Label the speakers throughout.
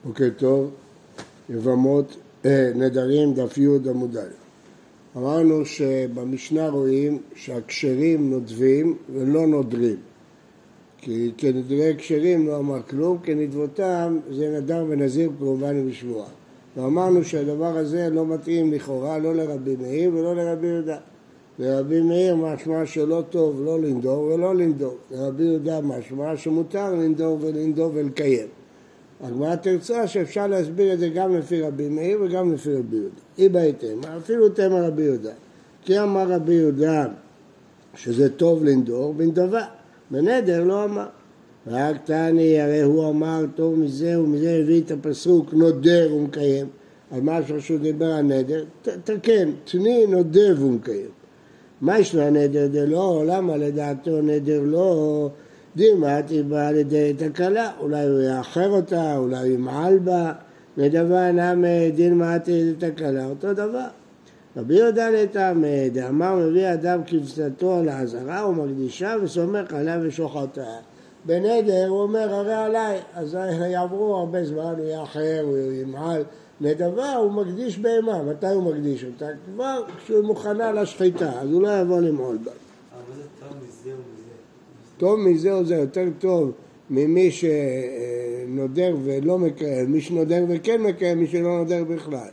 Speaker 1: אוקיי, טוב, יבמות, נדרים, דף י' עמוד א'. אמרנו שבמשנה רואים שהכשרים נודבים ולא נודרים. כי כנדרי כשרים לא אמר כלום, כנדבותם זה נדר ונזיר קרובן ובשבועה. ואמרנו שהדבר הזה לא מתאים לכאורה לא לרבי מאיר ולא לרבי יהודה. לרבי מאיר משמע שלא טוב לא לנדור ולא לנדור. לרבי יהודה משמע שמותר לנדור ולנדור ולקיים. הגמרא תרצה שאפשר להסביר את זה גם לפי רבי מאיר וגם לפי רבי יהודה. אי בהתאם, אפילו תמה רבי יהודה. כי אמר רבי יהודה שזה טוב לנדור בנדבה, בנדר לא אמר. רק תעני, הרי הוא אמר טוב מזה ומזה הביא את הפסוק נודר ומקיים. על מה שהוא דיבר על נדר, תקן, תני נודר ומקיים. מה יש לה נדר דלא? למה לדעתו נדר לא? דימתי בה על ידי תקלה, אולי הוא יאחר אותה, אולי הוא ימעל בה, נדבה נעמה דימתי תקלה, אותו דבר. רבי יהודה לתעמד, אמר מביא אדם כבשתו על העזרה, הוא מקדישה וסומך עליה ושוחטה. בנדר הוא אומר הרי עליי, אז יעברו הרבה זמן, הוא יאחר, הוא ימעל. נדבה הוא מקדיש בהמה, מתי הוא מקדיש אותה? כבר כשהוא מוכנה לשחיטה, אז הוא לא יבוא למעול בה.
Speaker 2: אבל זה טוב מזה ומזה.
Speaker 1: טוב מזה או זה יותר טוב ממי שנודר ולא מקיים, מי שנודר וכן מקיים, מי שלא נודר בכלל.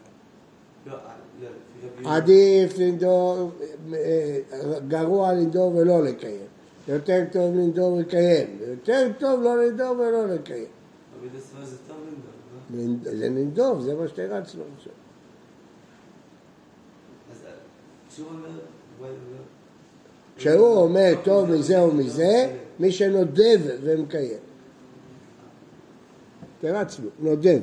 Speaker 1: עדיף לנדור, גרוע לנדור ולא לקיים. יותר טוב לנדור ולקיים, יותר טוב לא לנדור ולא לקיים.
Speaker 2: אבל זה טוב לנדור, לא?
Speaker 1: זה לנדור, זה מה שתרצנו עכשיו.
Speaker 2: אז כשהוא אומר...
Speaker 1: כשהוא אומר טוב מזה ומזה, מי שנודב ומקיים. תרצנו, נודב.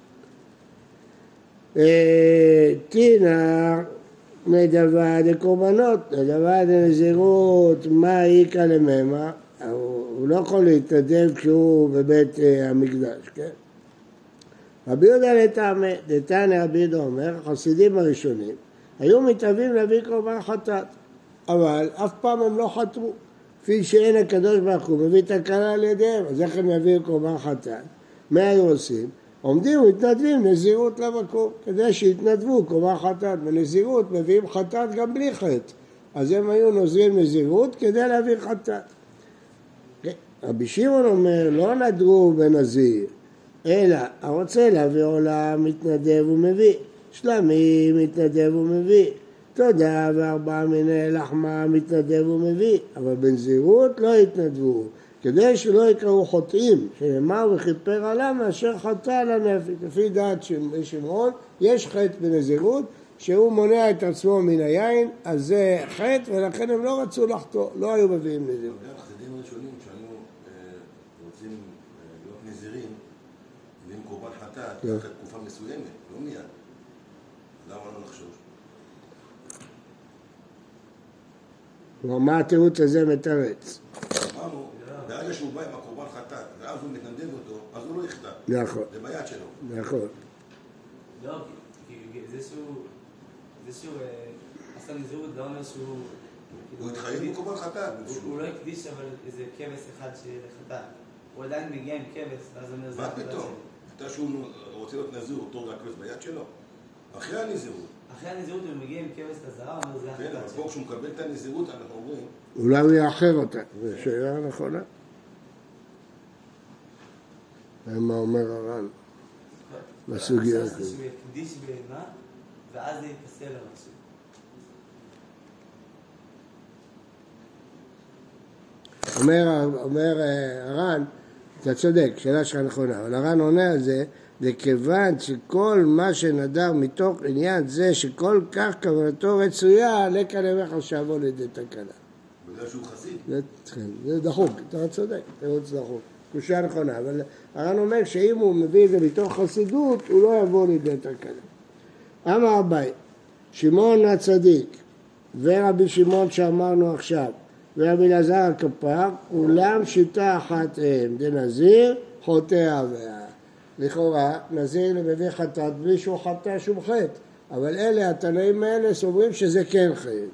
Speaker 1: תינה נדבה לקורבנות, נדבה לנזירות, מה איקה לממה? הוא לא יכול להתנדב כשהוא בבית המקדש, כן? רבי יהודה לטעמה, דתניא רבי יהודה אומר, החסידים הראשונים היו מתאבים להביא קורבן חטאת. אבל אף פעם הם לא חתרו, כפי שאין הקדוש ברוך הוא מביא תקלה על ידיהם, אז איך הם יביאו קורבן חטאת? מה היו עושים? עומדים ומתנדבים נזירות למקום, כדי שיתנדבו קורבן חטאת, ונזירות מביאים חטאת גם בלי חטא, אז הם היו נוזרים נזירות כדי להביא חטאת. רבי שמעון אומר, לא נדרו בנזיר, אלא הרוצה להביא עולם מתנדב ומביא, שלמים מתנדב ומביא, תודה וארבעה מיני לחמה מתנדב ומביא, אבל בנזירות לא התנדבו, כדי שלא יקראו חוטאים, שנאמר וכיפר עליו מאשר חטא על הנפש. לפי דעת שמעון, יש חטא בנזירות, שהוא מונע את עצמו מן היין, אז זה חטא, ולכן הם לא רצו לחטוא, לא היו מביאים נזירות.
Speaker 3: החסידים הראשונים שהיו רוצים להיות נזירים, מביאים קורבן חטאת, אחרי תקופה מסוימת, לא מיד. למה לא לחשוש?
Speaker 1: מה התירוץ הזה מתרץ?
Speaker 3: אמרנו, ברגע שהוא בא עם הקורבן חטאת, ואז הוא מתנדב אותו, אז הוא לא יחטא.
Speaker 1: נכון.
Speaker 3: זה ביד שלו.
Speaker 1: נכון.
Speaker 2: לא, כי זה שהוא עשה נזירות, לא אומר שהוא...
Speaker 3: הוא התחייב בקורבן חטאת.
Speaker 2: הוא לא הקדיש אבל איזה כבש אחד שחטא. הוא עדיין מגיע עם כבש, ואז הוא אומר זה...
Speaker 3: מה פתאום? אתה שהוא רוצה להיות נזיר, אותו הכבש ביד שלו? אחרי הנזירות.
Speaker 2: אחרי הנזירות הוא מגיע עם כבש לזרה, הוא אומר זה החטאת
Speaker 3: כן, אבל פה כשהוא מקבל את הנזירות, אנחנו אומרים...
Speaker 1: אולי הוא יאחר אותה, זו שאלה נכונה. מה אומר הר"ן בסוגיה הזאת?
Speaker 2: שהוא יקדיש בהמה, ואז זה יפסל על משהו.
Speaker 1: אומר הר"ן, אתה צודק, שאלה שלך נכונה, אבל הר"ן עונה על זה, לכיוון שכל מה שנדר מתוך עניין זה שכל כך כוונתו רצויה, לקה למך שעבו לידי תקלה.
Speaker 3: בגלל שהוא חסיד.
Speaker 1: זה דחוק, אתה צודק, תירוץ דחוק. קושיה נכונה, אבל הר"ן אומר שאם הוא מביא את זה מתוך חסידות, הוא לא יבוא לידי תקלה. אמר אביי, שמעון הצדיק ורבי שמעון שאמרנו עכשיו, ורבי אלעזר הכפר, כולם שיטה אחת הם, דנזיר חוטא עביה. לכאורה, נזיר מביא חטאת בלי שהוא חטא שום חטא, אבל אלה, התנאים האלה סוברים שזה כן חטא.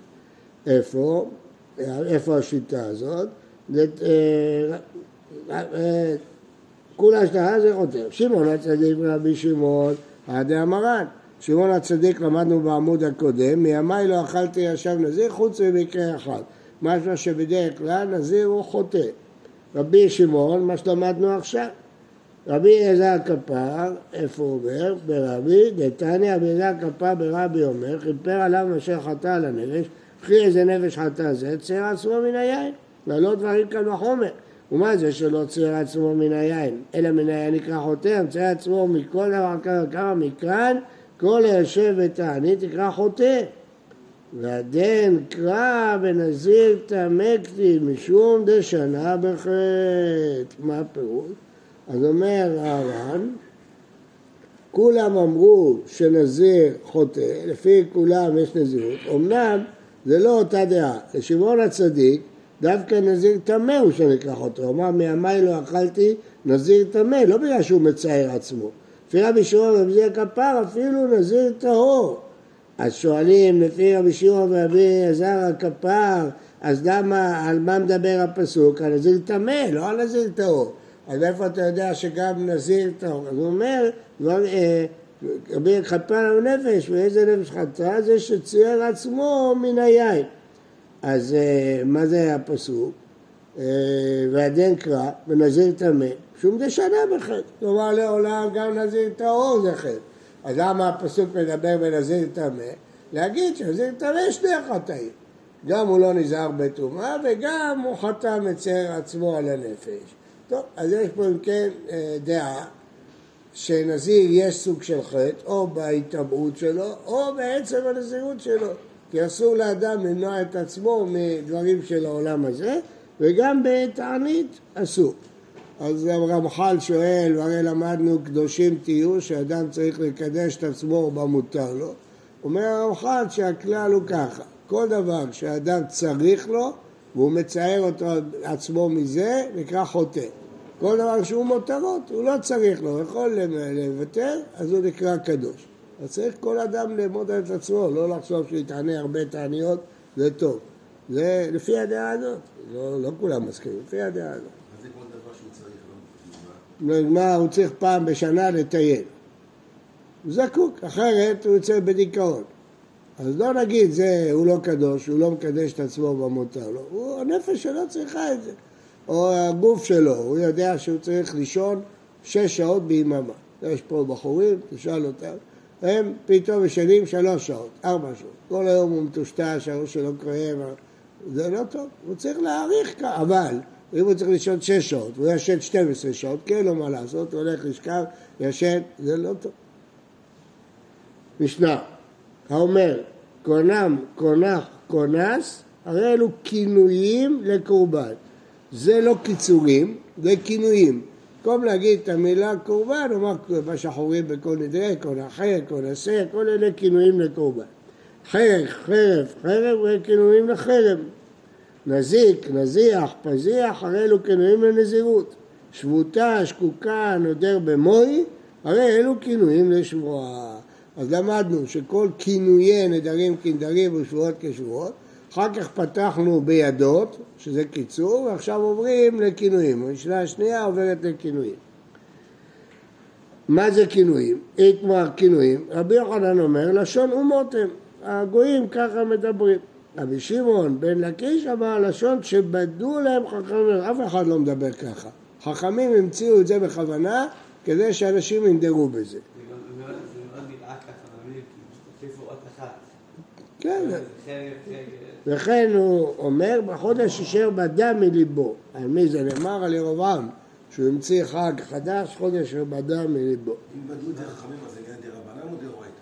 Speaker 1: איפה השיטה הזאת? כולה השטחה זה חוטא. שמעון הצדיק ורבי שמעון, עדי המרן. שמעון הצדיק למדנו בעמוד הקודם, מימי לא אכלתי ישב נזיר חוץ ממקרה אחד. משמע שבדרך כלל נזיר הוא חוטא. רבי שמעון, מה שלמדנו עכשיו. רבי אלעזר כפר, איפה הוא אומר? ברבי, דתניא, רבי אלעזר כפר ברבי אומר, כיפר עליו אשר חטא על הנפש, קחי איזה נפש חטא זה, צייר עצמו מן היין. ולא דברים כאן בחומר. ומה זה שלא צייר עצמו מן היין? אלא מן היין נקרא חוטא, צייר עצמו מכל דבר כמה מכאן, כל היושב ותענית תקרא חוטא. ועדן קרא ונזיר תעמקתי משום דשנה בחטא. מה הפירוש? אז אומר הר"ן, כולם אמרו שנזיר חוטא, לפי כולם יש נזירות, אמנם זה לא אותה דעה. לשמעון הצדיק דווקא נזיר טמא הוא שנקרא חוטא, הוא אמר מימי לא אכלתי נזיר טמא, לא בגלל שהוא מצייר עצמו. לפי רבי שמעון ורבי הכפר אפילו נזיר טהור. אז שואלים לפי רבי שמעון ורבי אלעזר הכפר, אז למה, על מה מדבר הפסוק? על נזיר טמא, לא על נזיר טהור. אז איפה אתה יודע שגם נזיר טהור? אז הוא אומר, רבי כפר על נפש, ואיזה נפש חטא? זה שצייר עצמו מן היין. אז מה זה הפסוק? ועדן קרא ונזיר טמא, שום דשנה בחטא. כלומר לעולם גם נזיר טהור זה חטא. אז למה הפסוק מדבר בנזיר טמא? להגיד שנזיר טמא שני החטאים. גם הוא לא נזהר בטומאה וגם הוא חטא מצייר עצמו על הנפש. טוב, אז יש פה אם כן דעה שנזיר יש סוג של חטא, או בהתאבעות שלו, או בעצם הנזירות שלו. כי אסור לאדם למנוע את עצמו מדברים של העולם הזה, וגם בתענית אסור. אז רמח"ל שואל, והרי למדנו קדושים תהיו, שאדם צריך לקדש את עצמו במותר לו. אומר הרמח"ל שהכלל הוא ככה, כל דבר שאדם צריך לו, והוא מצייר אותו עצמו מזה, נקרא חוטא. כל דבר שהוא מותרות, הוא לא צריך לו, הוא יכול לוותר, אז הוא נקרא קדוש. אז צריך כל אדם לעמוד על את עצמו, לא לחשוב שיתענה הרבה תעניות, זה טוב. זה לפי הדעה הזאת, לא כולם מסכימים, לפי הדעה הזאת.
Speaker 3: אז זה כל דבר שהוא צריך, לא?
Speaker 1: מה, הוא צריך פעם בשנה לטייל. הוא זקוק, אחרת הוא יוצא בדיכאון. אז לא נגיד, הוא לא קדוש, הוא לא מקדש את עצמו במותר, לא. הנפש שלו צריכה את זה. או הגוף שלו, הוא יודע שהוא צריך לישון 6 שעות ביממה. יש פה בחורים, תשאל אותם, הם פתאום ישנים 3 שעות, 4 שעות. כל היום הוא מטושטש, הראש שלו כואב, זה לא טוב. הוא צריך להאריך כך, אבל אם הוא צריך לישון 6 שעות, הוא ישן 12 שעות, כי אין לו מה לעשות, הוא הולך לשכב, ישן, זה לא טוב. משנה, האומר, קונם, קונח, קונס, הרי אלו כינויים לקורבן. זה לא קיצורים, זה כינויים. במקום להגיד את המילה קורבן, הוא אמר מה שחורים בכל נדרי, קונחה, קונסה, כל אלה כינויים לקורבן. חרב, חרב, חרב, וכינויים לחרב. נזיק, נזיח, פזיח, הרי אלו כינויים לנזירות. שבותה, שקוקה, נודר במוי, הרי אלו כינויים לשבועה. אז למדנו שכל כינויי נדרים כנדרים ושבועות כשבועות, אחר כך פתחנו בידות, שזה קיצור, ועכשיו עוברים לכינויים. המשנה השנייה עוברת לכינויים. מה זה כינויים? איתמר כינויים. רבי יוחנן אומר, לשון אומות הם. הגויים ככה מדברים. רבי שמעון בן לקיש אמר לשון שבדו להם חכמים. אף אחד לא מדבר ככה. חכמים המציאו את זה בכוונה, כדי שאנשים ינדרו בזה.
Speaker 2: זה מאוד נראה ככה, כי תוסיפו עוד אחת.
Speaker 1: כן. וכן הוא אומר, בחודש אשר בדה מליבו. על מי זה נאמר? על ירבעם, שהוא המציא חג חדש, חודש אשר בדה מליבו.
Speaker 3: אם בדו את זה חכמים, אז זה יהיה דרבנן או דאורייתא?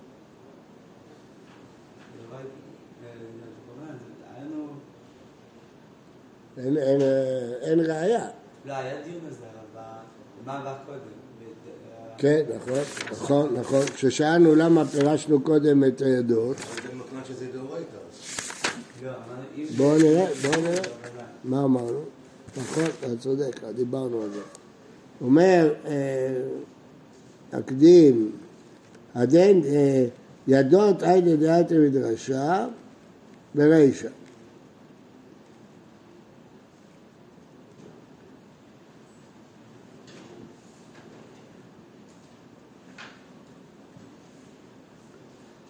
Speaker 1: אין ראיה.
Speaker 2: לא, היה דיון הזה, אבל מה עבר קודם?
Speaker 1: כן, נכון. כששאלנו למה פירשנו קודם את הידות.
Speaker 3: זה מתנה שזה דאורייתא.
Speaker 1: בואו נראה. מה אמרנו? נכון, אתה צודק, דיברנו על זה. אומר, הקדים, הדין, ידות עין ידיעת מדרשה ברישה.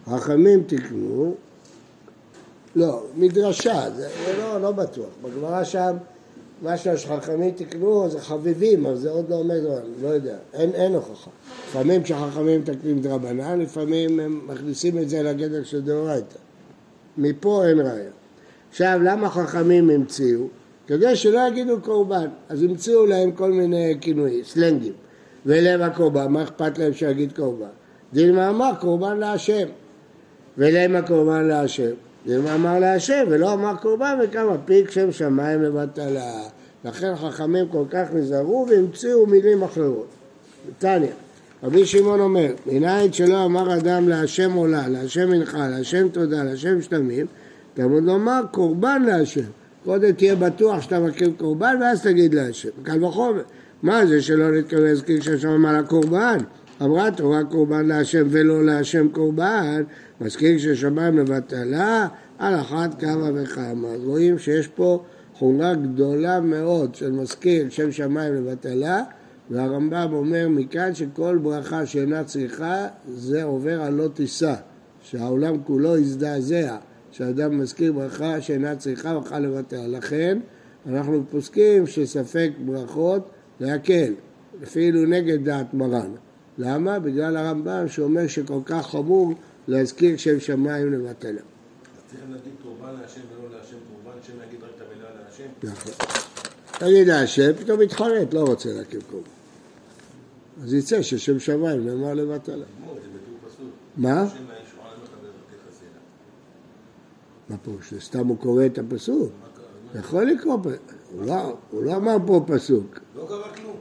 Speaker 1: חכמים תקנו, לא, מדרשה, זה לא בטוח. בגמרא שם, מה שחכמים תקנו זה חביבים, אבל זה עוד לא אומר, לא יודע, אין הוכחה. לפעמים כשחכמים תקנים דרבנן, לפעמים הם מכניסים את זה לגדר של דאורייתא. מפה אין ראיה. עכשיו, למה חכמים המציאו? כדי שלא יגידו קורבן, אז המציאו להם כל מיני כינויים, סלנגים. ולהם הקורבן, מה אכפת להם שיגיד קורבן? דילמה אמר קורבן להשם. ולהם הקורבן להשם. דילמה אמר להשם ולא אמר קורבן וכמה פיק שם שמיים לבטלה. לכן חכמים כל כך נזהרו והמציאו מילים אחרות. תניא, רבי שמעון אומר, מנין שלא אמר אדם להשם עולה, להשם מנחה, להשם תודה, להשם שלמים, תלמוד לומר קורבן להשם. קודם תהיה בטוח שאתה מכיר קורבן ואז תגיד להשם. קל וחומר. מה זה שלא נתכוון להזכיר ששם על הקורבן? אמרה תורה קורבן להשם ולא להשם קורבן, מזכיר ששמיים לבטלה, על אחת כמה וכמה. אז רואים שיש פה חומרה גדולה מאוד של מזכיר שם שמיים לבטלה, והרמב"ם אומר מכאן שכל ברכה שאינה צריכה זה עובר על לא תישא, שהעולם כולו יזדעזע, שאדם מזכיר ברכה שאינה צריכה ברכה לבטלה. לכן אנחנו פוסקים שספק ברכות להקל, אפילו נגד דעת מרן. למה? בגלל הרמב"ם שאומר שכל כך חמור להזכיר שם שמיים לבטלה.
Speaker 3: אז צריכים להגיד קורבן להשם ולא להשם קורבן, שם להגיד רק את המילה להשם?
Speaker 1: נכון. תגיד להשם, פתאום מתחרט, לא רוצה להקים קורבן. אז יצא ששם שמיים נאמר לבטלה.
Speaker 3: זה בתור פסוק.
Speaker 1: מה?
Speaker 3: השם הישועה לך בעזרתך סלע.
Speaker 1: מה פה? שסתם הוא קורא את הפסוק? יכול לקרוא פסוק. הוא לא אמר פה פסוק.
Speaker 3: לא קרה כלום.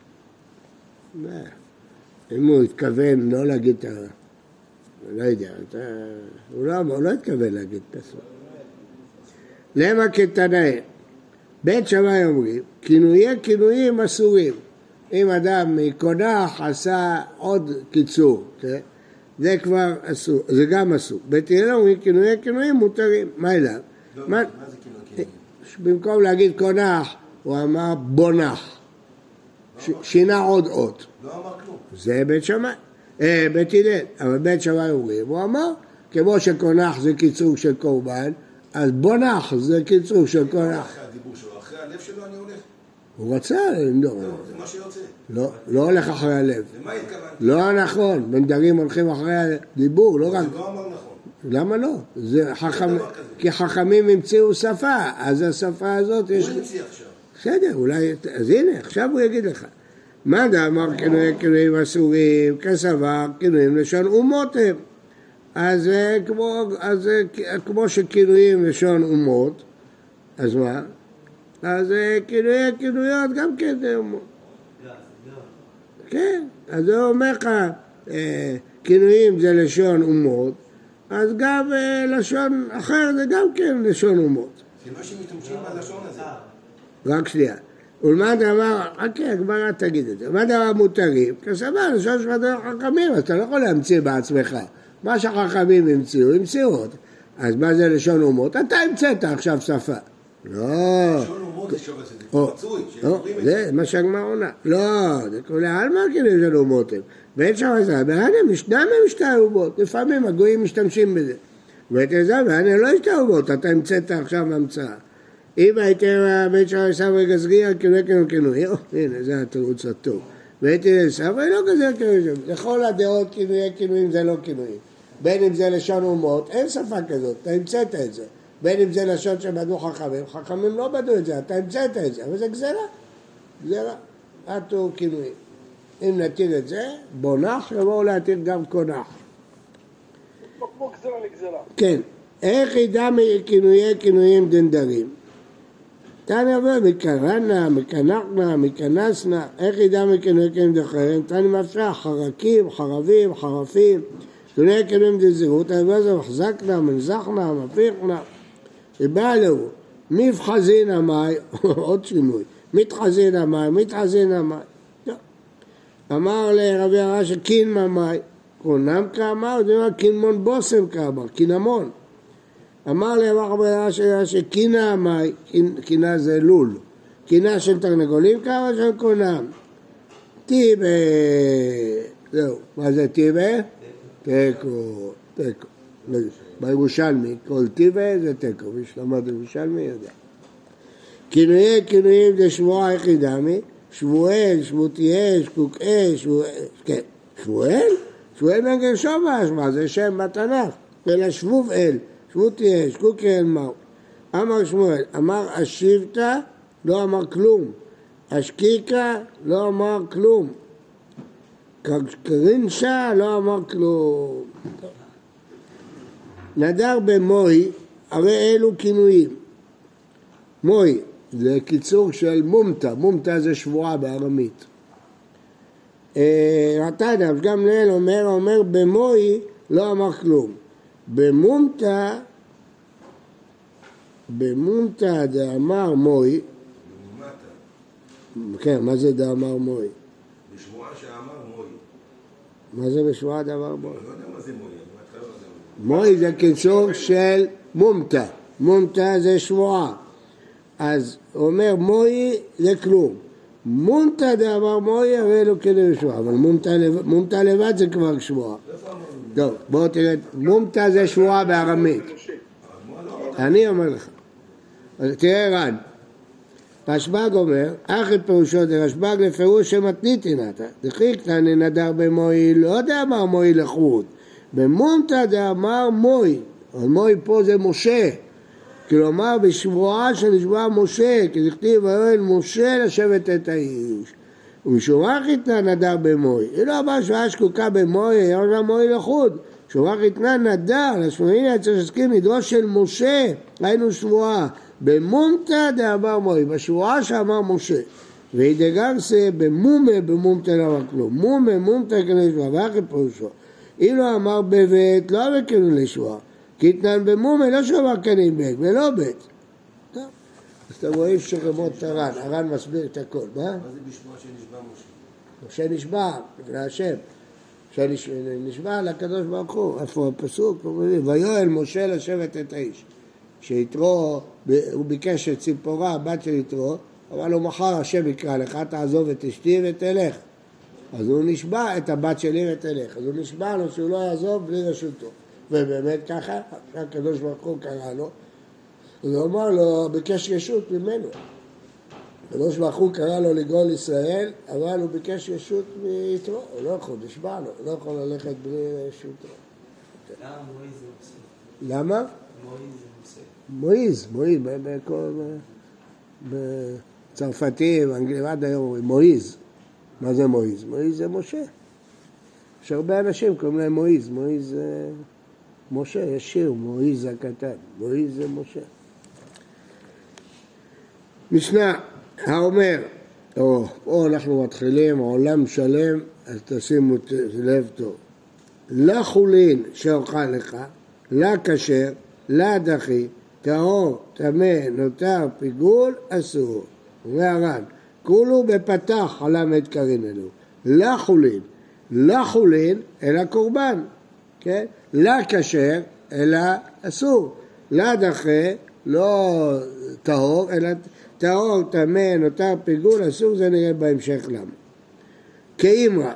Speaker 1: אם הוא התכוון לא להגיד את ה... לא יודע, הוא לא התכוון להגיד פסוק. למה כתנאי? בית שמאי אומרים, כינויים אסורים. אם אדם מקונח עשה עוד קיצור, זה כבר אסור, זה גם אסור. בית הלל אומרים, כינויים מותרים. מה אליו?
Speaker 3: מה זה כינוי?
Speaker 1: במקום להגיד קונח, הוא אמר בונח. שינה עוד אות.
Speaker 3: לא אמר כלום.
Speaker 1: זה בית שמאי. בית הלל, אבל בית שמאי אומרים, הוא אמר, כמו שקונח זה קיצור של קורבן, אז בונח זה קיצור של קונח.
Speaker 3: אחרי הדיבור שלו, אחרי הלב שלו אני הולך.
Speaker 1: הוא רצה,
Speaker 3: לא, זה מה שיוצא.
Speaker 1: לא הולך אחרי הלב.
Speaker 3: למה התכוונתי? לא
Speaker 1: נכון, בנדרים הולכים אחרי הדיבור, לא רק...
Speaker 3: זה לא אמר נכון.
Speaker 1: למה לא? כי חכמים המציאו שפה, אז השפה הזאת יש...
Speaker 3: הוא המציא עכשיו.
Speaker 1: בסדר, אולי... אז הנה, עכשיו הוא יגיד לך. מה דאמר כינויים אסורים, כסבר, כינויים לשון אומות הם. אז כמו שכינויים לשון אומות, אז מה? אז כינויות גם כן זה אומות. כן, אז הוא אומר לך, כינויים זה לשון אומות, אז גם לשון אחר זה גם כן לשון אומות.
Speaker 3: זה מה שמשתמשים בלשון הזה.
Speaker 1: רק שנייה. ולמה דבר, הגמרא תגיד את זה, מה דבר מותרים? כסבר, לשון שבדרך חכמים, אז אתה לא יכול להמציא בעצמך. מה שהחכמים המציאו עוד. אז מה זה לשון אומות? אתה המצאת עכשיו שפה. לא.
Speaker 3: לשון אומות זה שווה, זה מצוי, שאומרים את זה.
Speaker 1: זה מה שהגמרא עונה. לא, זה כולי על מה כאילו לשון אומות הם. ואין שם זה, בהנה משנה משתה אומות. לפעמים הגויים משתמשים בזה. ואת זה, בהנה לא השתה אומות, אתה המצאת עכשיו המצאה. אם הייתם בית שמאי סברי גזריה, כינוי, הנה, זה התירוץ הטוב. והייתי סברי לא כזה כינוי, לכל הדעות כינויים זה לא כינויים. בין אם זה לשון אומות, אין שפה כזאת, אתה המצאת את זה. בין אם זה לשון שבדו חכמים, חכמים לא בדו את זה, אתה המצאת את זה, אבל זה גזרה. גזרה, עטו כינויים. אם נתיר את זה, בונח, יבואו להתיר גם קונח.
Speaker 4: כמו גזרה לגזרה.
Speaker 1: כן. איך ידע כינויים דנדרים? תניא אומר, מקרנה, מקנחנה, מקנסנה, איך ידע מכינויים דחרים? תניא מפשע, חרקים, חרבים, חרפים, כינויים דזירות, אבל מחזקנה, מנזחנה, מפיחנה. ובא לו, מבחזין המאי, עוד שינוי, מתחזין המאי, מתחזין המאי. אמר לרבי הרש"י, קין ממאי, קונם כאמר, קינמון בוסם כאמר, קינמון. אמר לי רבי הרש"י, קינה המאי, קינה זה לול, קינה של תרנגולים כאמר של קונם. טיבה, זהו, מה זה טיבה? תיקו, תיקו. בירושלמי, כל טיבה זה תיקו, מי שלמד ירושלמי יודע. כינויים זה שבועה יחידמי, שבואל, שבותיאל, שקוקאל, כן, שבואל? שבואל בן גרשום באשמה, זה שם בתנ"ך, אלא שבוב אל, שבותיאל, שקוקאל מהו. אמר שמואל, אמר אשיבתא, לא אמר כלום, אשקיקה, לא אמר כלום, קרינשה, לא אמר כלום. נדר במוי, הרי אלו כינויים. מוי, זה קיצור של מומתא, מומתא זה שבועה בארמית. רתנא, גם ליל אומר במוי, לא אמר כלום. במומתא דאמר מוי, כן, מה זה דאמר מוי?
Speaker 3: בשבועה שאמר מוי.
Speaker 1: מה זה בשבועה דאמר מוי?
Speaker 3: אני לא יודע מה זה מוי.
Speaker 1: מוי זה קיצור של מומתא, מומתא זה שבועה. אז הוא אומר מוי זה כלום. מומתא דאמר מוי הרי לא כדי שבועה, אבל מומתא לבד זה כבר שבועה. טוב, בואו תראה, מומתא זה שבועה בארמית. אני אומר לך. תראה רן, רשב"ג אומר, אחי פירושו דרשב"ג לפירוש שמתניתין אתה. דחיקתא נדר במוי, לא דאמר מוי לחוד. במומתא דאמר מוי, אבל מוי פה זה משה. כלומר בשבועה שנשבע משה, כי דכתיב ויואל משה לשבת את האיש. ומשורח איתנה נדר במוי. היא לא אמרה שבועה שקוקה במוי, היא אמרה מוי לחוד. שורח איתנה נדר, לשמואלי היה צריך להסכים נדרוש של משה, היינו שבועה. במומתא דאמר מוי, בשבועה שאמר משה. והידגרסה במומה במומתא לא אמר כלום. מומה מומתא כנראה שבועה, ואחי פירושו. אילו אמר בבית, לא אמר כנראה לשבועה. כי התנן במומה לא שאמר כנראה בית, ולא בית. טוב. אז אתם רואים שרמות הר"ן, הר"ן מסביר את הכל. מה?
Speaker 3: מה זה בשבועה שנשבע משה?
Speaker 1: משה נשבע, לפני השם. שנשבע לקדוש ברוך הוא. איפה הפסוק? ויואל משה לשבת את האיש. שיתרו, הוא ביקש את ציפורה, הבת של יתרו, אמר לו מחר השם יקרא לך, תעזוב את אשתי ותלך. אז הוא נשבע את הבת שלי ותלך. אז הוא נשבע לו שהוא לא יעזוב בלי רשותו. ובאמת ככה, הקדוש ברוך הוא קרא לו. אז הוא אמר לו, ביקש רשות ממנו. הקדוש ברוך הוא קרא לו לגאול ישראל, אבל הוא ביקש רשות מיתרו. הוא לא יכול, נשבע לו, הוא לא יכול ללכת בלי רשותו.
Speaker 2: למה מויז זה מוסר?
Speaker 1: למה?
Speaker 2: מויז זה מוסר.
Speaker 1: מויז, בצרפתים, אנגלים, עד היום אומרים מויז. מה זה מויז? מויז זה משה. יש הרבה אנשים קוראים להם מויז. מויז זה משה, יש שיר, מויז הקטן. מויז זה משה. משנה, האומר, פה אנחנו מתחילים, עולם שלם, אז תשימו לב טוב. לא חולין שאוכל לך, לא כשר, לא דחי, טהור, טמא, נותר, פיגול, אסור. והר"ן, כולו בפתח חלמת קרין אלו. לא חולין, לא חולין, אלא קורבן, כן? לא כשר, אלא אסור. לא דחי, לא טהור, אלא טהור, טמא, נותר, פיגול, אסור, זה נראה בהמשך למה. כאמרה,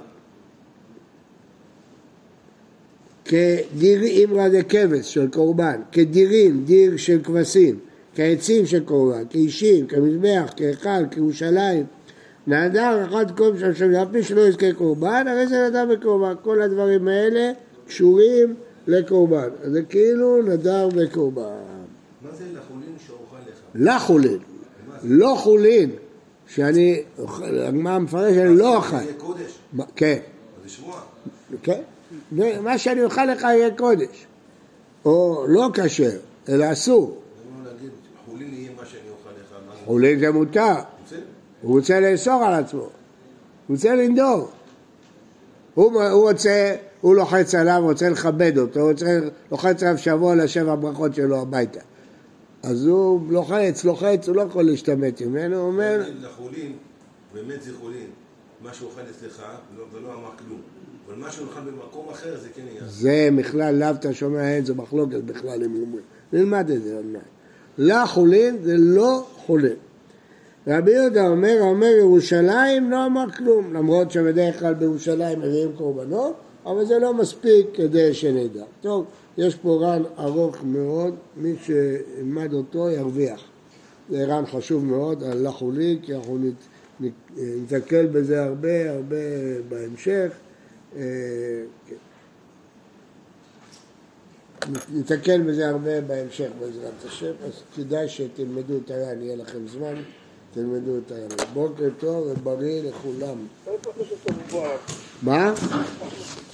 Speaker 1: כאמרה זה כבש של קורבן, כדירים, דיר של כבשים, כעצים של קורבן, כאישים, כמזבח, כהיכל, כירושלים. נדר אחד קום שם אף מי שלא יזכה קורבן, הרי זה נדר בקורבן. כל הדברים האלה קשורים לקורבן. אז זה כאילו נדר בקורבן.
Speaker 3: מה זה לחולין שאוכל לך?
Speaker 1: לחולין. לא חולין. שאני, מה מפרש, אני לא אוכל.
Speaker 3: זה יהיה קודש?
Speaker 1: כן.
Speaker 3: זה שבועה.
Speaker 1: כן. מה שאני אוכל לך יהיה קודש. או לא כשר, אלא אסור.
Speaker 3: להגיד, חולין יהיה מה שאני אוכל לך.
Speaker 1: חולין זה מותר. הוא רוצה לאסור על עצמו. הוא רוצה לנדור. הוא לוחץ עליו, רוצה לכבד אותו, הוא לוחץ עליו שבוע לשבע ברכות שלו הביתה. אז הוא לוחץ, הוא לא יכול להשתמט ממנו, הוא אומר...
Speaker 3: לחולין, באמת זה חולין, מה שאוכל אצלך, ולא אמר כלום. אבל מה שאוכל במקום אחר זה כן יהיה. זה
Speaker 1: בכלל, לאו אתה שומע, אין, זה מחלוקת בכלל, הם אומרים. נלמד את זה, לא חולין זה לא חולין. רבי יהודה אומר ירושלים לא אמר כלום, למרות שבדרך כלל בירושלים מביאים קורבנות, אבל זה לא מספיק כדי שנדע. טוב, יש פה רן ארוך מאוד, מי שילמד אותו ירוויח. זה רן חשוב מאוד, הלך חולי, כי אנחנו נתקל בזה הרבה בהמשך. נתקל בזה הרבה בהמשך בעזרת השם, אז כדאי שתלמדו את הרן, יהיה לכם זמן, תלמדו את הרן. בוקר טוב ובריא לכולם. מה?